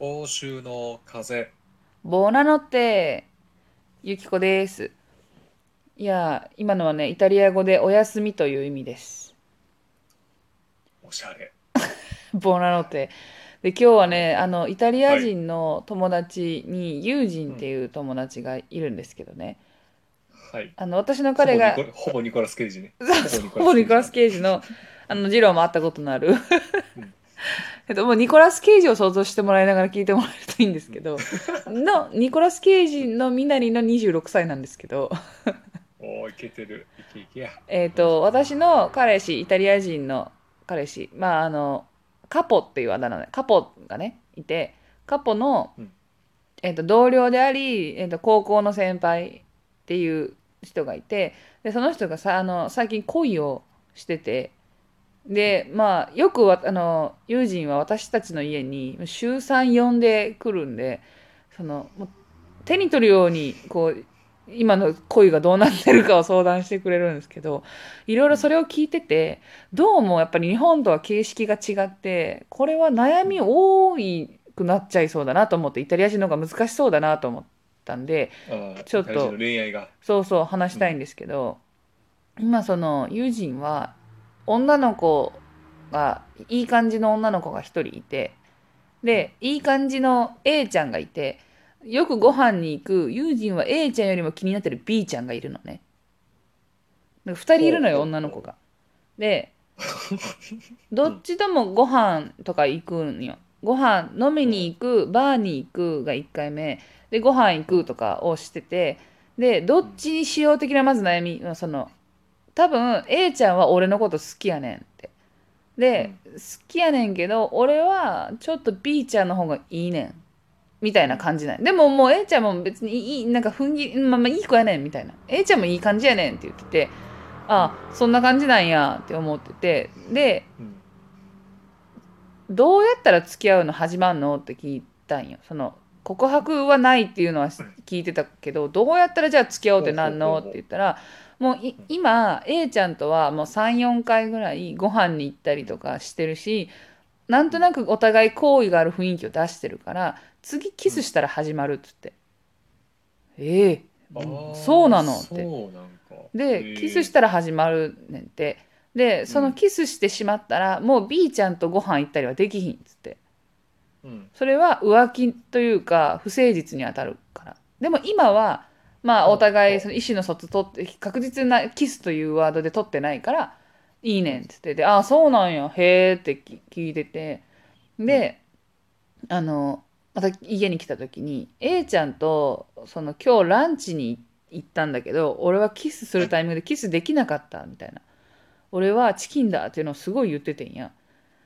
欧州の風。 ボーナノって、ゆきこです。いや、今のはね、イタリア語でお休みという意味です。 おしゃれ。 ボーナノって。で、今日はね、イタリアはい。 人の友達に、ユージンってうん。 いう友達がいるんですけどね。 はい。 私の彼が、 ほぼニコラス・ケイジね。 そうそう、 ほぼニコラほぼニコラス・ス・ケイジね。 ケイジの、 うん。 ジローも会ったことのある。 うん。 もうニコラス・ケイジを想像してもらいながら聞いてもらえるといいんですうん。 けど、ニコラス・ケイジのみなりの26歳なんですけど、 おー、いけてる。いけいけや。 私の彼氏、イタリア人の彼氏、カポっていうあだ名で、カポがね、いて、カポの、 うん。 同僚であり、高校の先輩っていう人がいて、で、その人がさ、最近恋をしてて、 うん。 で、まあ、よく友人は私たちの家に週3呼んでくるんで、もう手に取るように、こう、今の恋がどうなってるかを相談してくれるんですけど、いろいろそうん。 れを聞いてて、どうもやっぱり日本とは形式が違って、これは悩みうん。 多くなっちゃいそうだなと思って、イタリア人の方が難しそうだなと思ったんで、 ああ、イタリア人のちょっと、 恋愛が。 そうそう話しうん。 たいんですけど、今友人は女の子が、いい感じの女の子が一人いて、 うん。 で、いい感じの A ちゃんがいて、よくうん。 ご飯に行く友人は A ちゃんよりも気になってる B ちゃんがいるのね。2人いほうるのよ、 ほうほ女の子が。で、 う。うん。 どっちともご飯とか行くんよ。ご飯飲みうん。 に行く、バーに行くが1回目。で、ご飯行うん。 くとかをしてて、で、どっうん。 ちにしよう的なまず悩み、多分 A ちゃんは俺のこと好きやねんって。で、 うん。 好きやねんけど、俺はちょっと B ちゃんの方がいいねん。みたいうん。 な感じなんでももう A ちゃんも別になんかふんぎ、いい子やねんみたいな。A ちゃんもいい感じやねんって言ってて、あ、 うん。 そんな感じなんやって思ってて、で、 うん。 どうやったら付き合うの始まんのって聞いたんよ。告白はないっていうのは聞いてたけど、どうやったらじゃあ付き合おうってほうほなんのってうほうほ言ったら、もうう。うん。 今 A ちゃんとはもう3、4回ぐらいご飯に行ったりうん。 とかしてるし、なんうん。 となくお互い好意がある雰囲気を出してるから、次キうん。 スしたら始まるっつって。ええ、そうああ、 なのって。 そうなんか。 で、キスしええ。 たら始まるねんって。で、そのうん。 キスしてしまったら、もう B ちゃんとご飯行ったりはできひんっつって。 うん。 それは浮気というか、不誠実に当たるから。でも今は、まあおはあ、 互いそはあ。 の意思の疎通取って、確実なキスというワードで取ってないから、いいうん。 ねんっつって。で、ああ、そうなんや、へーって聞いてて。 うん。 で、あの、また家に来た時に、A ちゃんと、今日ランチに行ったんだけど、俺はキスするタイミングでキスできなかった、みたいな。俺はチキンだっていうのをすごい言っててんや。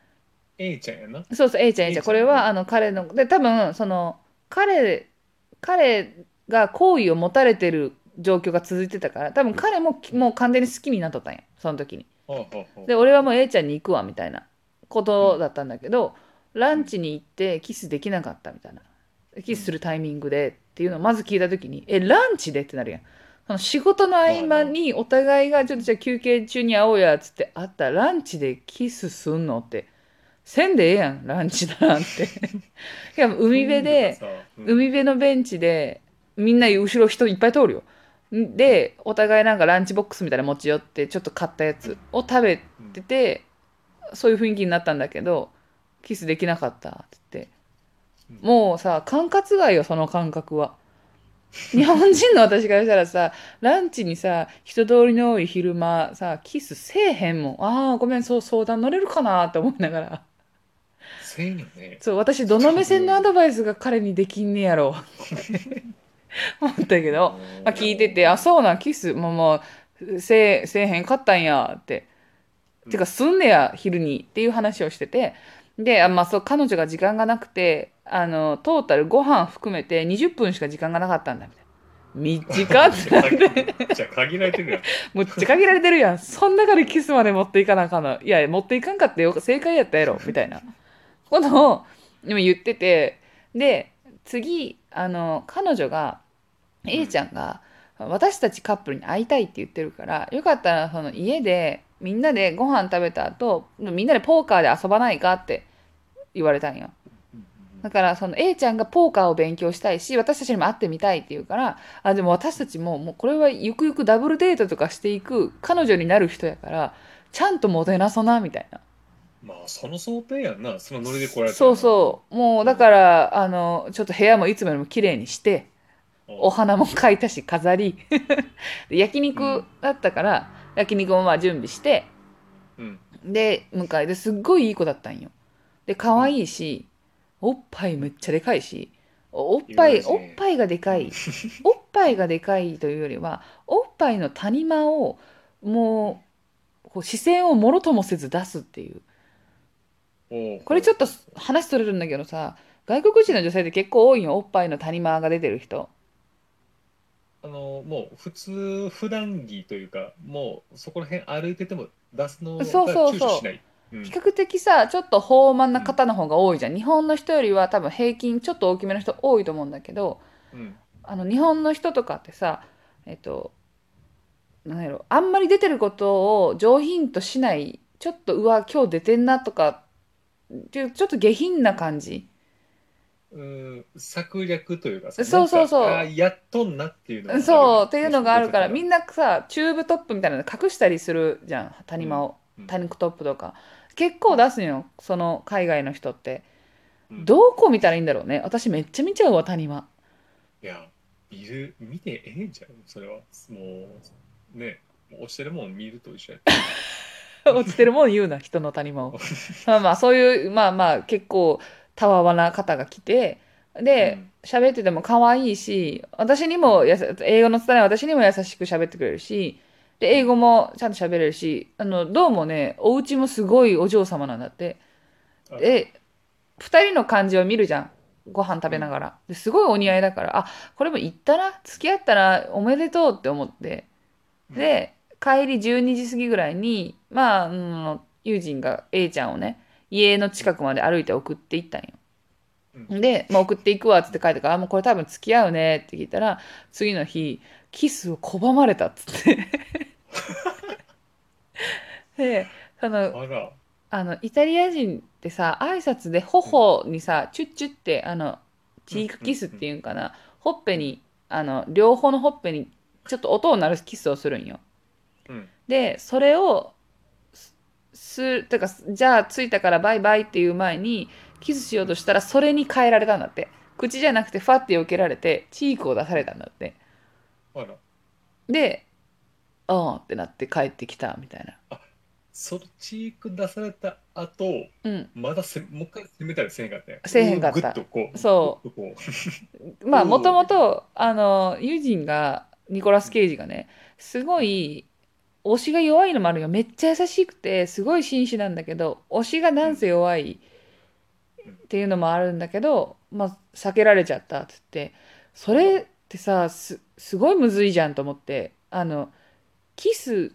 A ちゃんやな。 そうそう、A ちゃん、A ちゃ A ん。これちゃん。うん。 は彼の、で、多分、彼、彼が好意を持たれてる状況が続いてたから、多分彼もうん。 もう完全に好きになっとったんや、その時に。 はあ、はあ、はあ、 で、 はあ。 俺はもう A ちゃんに行くわ、みたいなこうん。 とだったんだけど、ラうん。 ンチに行ってキスできなかったみたいな。キうん。 スするタイミングでっていうのをまず聞いた時に、ランチでってなるやん。仕事の合まあな。 間にお互いがちょっとじゃあ休憩中に会おうやっつって会ったらランチでキスすんのって、せんでええやん、ランチだなんて。いや、海雰囲気とか辺で、 さ、うん。 海辺のベンチで、みんな後ろ人いっぱい通るよ。 うん。 で、お互いなんかランチボックスみたいなの持ち寄って、ちょっと買ったやつを食べうん。 てて、そういう雰囲気になったんだけど、キスできなかったって言って。 うん。 もうさ、管轄外よ、その感覚は。日本人の私からしたらさ、ランチにさ、人通りの多い昼間さ、キスせえへんもん。ああ、ごめん、そう相談乗れるかなって思いながら。 せんよね。 そう、私、どの人目線のア通りで。 ドバイスが彼にできんねやろう思ったけど、まあ、聞いてて、あ、 おー。 そうなん、キス、もう、せえへんかったんやって。 うん。 てか、すんねや、昼にっていう話をしてて、で、まあ、そう、彼女が時間がなくて、トータルご飯含めて20分しか時間がなかったんだ、みたいな。短ってなって、 じゃあ限られてるやん。 むっちゃ限られてるやん。そん中でキスまで持っていかなあかんの。いや、持っていかんかってよ、正解やったやろ、みたいな。ことを、でも言ってて、で、次、彼女が、 う A ちん。 ゃんが、私たちカップルに会いたいって言ってるから、よかったら、家で、みんなでご飯食べた後、みんなでポーカーで遊ばないかって言われたんよ。 だからその A ちゃんがポーカーを勉強したいし、私たちにも会ってみたいって言うから、あ、でも私たちももうこれはゆくゆくダブルデートとかしていく彼女になる人やから、ちゃんともてなそな、みたいな。 まあ、その想定やんな。そのノリで来られたそうらな。 そう。もうだうん。 から、ちょっと部屋もいつもよりも綺麗にして、おお花も描いたし、飾り。で焼肉うん。 だったから、焼肉もまあ準備して、 うん。 で、迎えですっごいいい子だったんよ。で、可うん。 愛いし、おっぱいうん。 めっちゃでかいし、おっユぱい、 ダ人。 おっぱいがでかうん。 い。おっぱいがでかいというよりは、おっぱいの谷間を、 うん。 もう、こう視線をもろともせず出すっていう。 おうこれちょっとほうほうほ話それるんだけどさ、外国う。うん。 人の女性って結構多いよ、おっぱいの谷間が出てる人。 もう普通、普段着というか、もうそこら辺歩いてても出すのそうがそうそう。 躊躇しない。うん。 比較的さ、ちょっと豊満なうん。 方の方が多いじゃん。日本の人よりは多分平均ちょっと大きめの人多いと思うんだけど、 うん。 日本の人とかってさ、えっと、なんやろ、あんまり出てることを上品としない、ちょっと、うわ、今日出てんなとかっていう、ちょっと下品な感じ。 うん、策略というかさ、なそうんか、ああ、 そうそやっとんなっていうのう。 はあるよね。 そうっていうもしのがあるから、 出てたら。 みんなさ、チューブトップみたいなの隠したりするじゃん、 うん。 谷間を。 うん。 タンクトップとか。結構うん。 出すのよ、その海外の人って。 うん。 どこ見たらいいんだろうね。私めっちゃ見ちゃうわ、谷間。 いや、見てええんちゃうそれは。もう、ね、もう押してるもん見ると一緒やって。 落ちてるもん言うな、人の谷間を。まあまあ、そういう、まあまあ、結構、たわわな方が来て、で、 うん。 喋ってても可愛いし、私にうん。 も英語の拙い私にも優しく喋ってくれるし、で、英うん。 語もちゃんと喋れるし、どうもね、お家もすごいお嬢様なんだって。 あら。 で、二人の感じを見るじゃん。ご飯食うん。 べながら。ですごいお似うん。 合いだから、あ、これも行ったな、付き合ったらおめでとうって思って。 うん。 で、帰り12時過ぎぐらいに、まあ、友人が A ちゃんをね、家のうん。 近くまで歩いて送っていったんよ。 うん。 で、まあ、送っていくわっつっうん。 て書いてから、あもうこれ多分付き合うねって聞いたら、次の日、キスを拒まれたっつって。で、その、 あら。 イタリア人ってさ、挨拶でうん。 頬にさ、チュッチュって、チうん。うん。 ークキスっうん。 ていうんかな、ほっぺうん。 に、両方のほっぺに、ちょっと音を鳴るキスをするんよ。 うん。 で、それを、てか、じゃあ着いたからバイバイっていう前に、キスしようとしたら、それに変えられたんだって。口じゃなくて、ファって避けられて、チークを出さうん。 れたんだって。 あら。 で、あーってなって帰ってきた、みたいな。 あ、そっち出された後、 うん。 まだもう一回攻めたりせんかったんや。 せえへんかぐっった。 とこう、ぐっそとこう。 う、 まあ、もとおお、みたいな。 もと、ユジンが、ニコラス・うん。 ケイジがね、すごうん。 い、推しが弱いのもあるよ。めっちゃ優しくて、すごい紳士なんだけど、推しがなんうん。 せ弱いうん。 っていうのもあるんだけど、まあ、避けられちゃったっつって、そあら。 れってさ、すごいむずいじゃんと思って、キスって、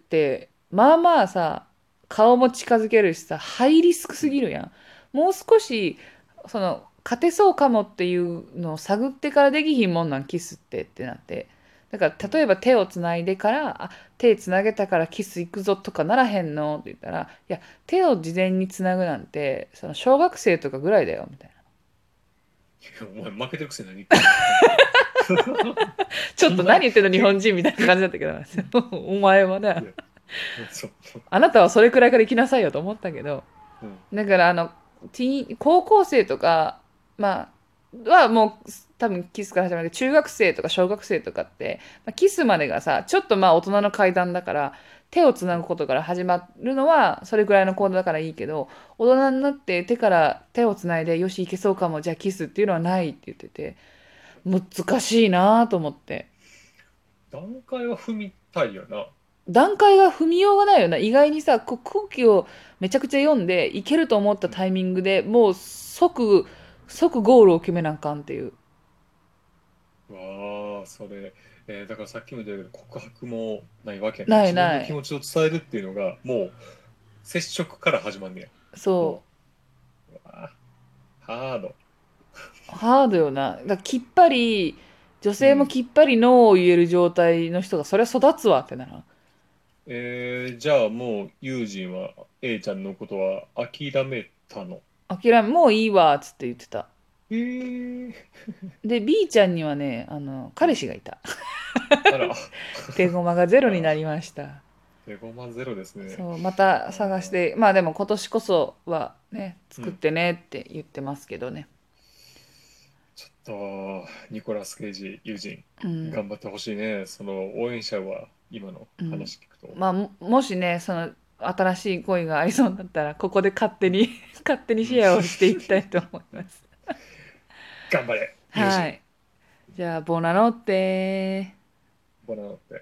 まあまあさ、顔も近づけるしさ、ハイリスクうん。 すぎるやん。もう少し、勝てそうかもっていうのを探ってからできひんもんなん、キスってなって。だから、例うん。 えば手をつないでから、あ、手つなげたからキス行くぞとかならへんのって言ったら、いや、手を事前につなぐなんて、小学生とかぐらいだよ、みたいな。 いやお前負けてるくせに何言ってんの感じやけど。 ちょっお前、 と何言ってんの日本人みたいな感じだったけど、お前はね、 いや、そう。 あなたはそれくらいから行きなさいよと思ったけど、 うん。 だから高校生とか、まはもう多分キスから始まるけど、中学生とか小学生とかって、まあ、キスまでがさ、ちょっとまあ大人の階段だから、手をつなぐことから始まるのはそれくらいのうん。 行動だからいいけど、大人になって手から手をつないで、よし、いけそうかも、じゃあキスっていうのはないって言ってて、難しいなと思って。 段階は踏みたいよな。 段階が踏みようがないよな。意外にさ、空気をめちゃくちゃ読んで、いけると思ったうん。 タイミングでもう即ゴールを決めなあかんっていう。 わあ、それ、だからさっきも言ったけど、告白もないわけやね。 ない自分のない。 気持ちを伝えるっていうのが、もう、接触から始まんねや。もそう、うわあ、ハード。 う。ハードよな。だからきっぱり、女性もうん。 きっぱりノーを言える状態の人が、それは育つわってなら。 じゃあもう、ユージンは A ちゃんのことは諦めたの？ 諦め、もういいわ、っつって言ってた。 ー、 で B ちゃんにはね彼氏がいた。 あら、 手駒がゼロになあ、 りました。 手駒ゼロですね。 そう、またあ探しー、 て、まあでも今年こそはね、 うん。 作ってねって言ってますけどね。 ちょっと、ニコラス・ケイジ、友人、 うん、 頑張ってほしいね。その応援者は、今のうん。 話聞くと。 まあ、もしね、その新しい恋がありそうだったら、ここで勝手に勝手にうん。 シェアをしていきたいと思います。 頑張れ、友人。 はい。じゃあ、ボナノって。 ボナノって。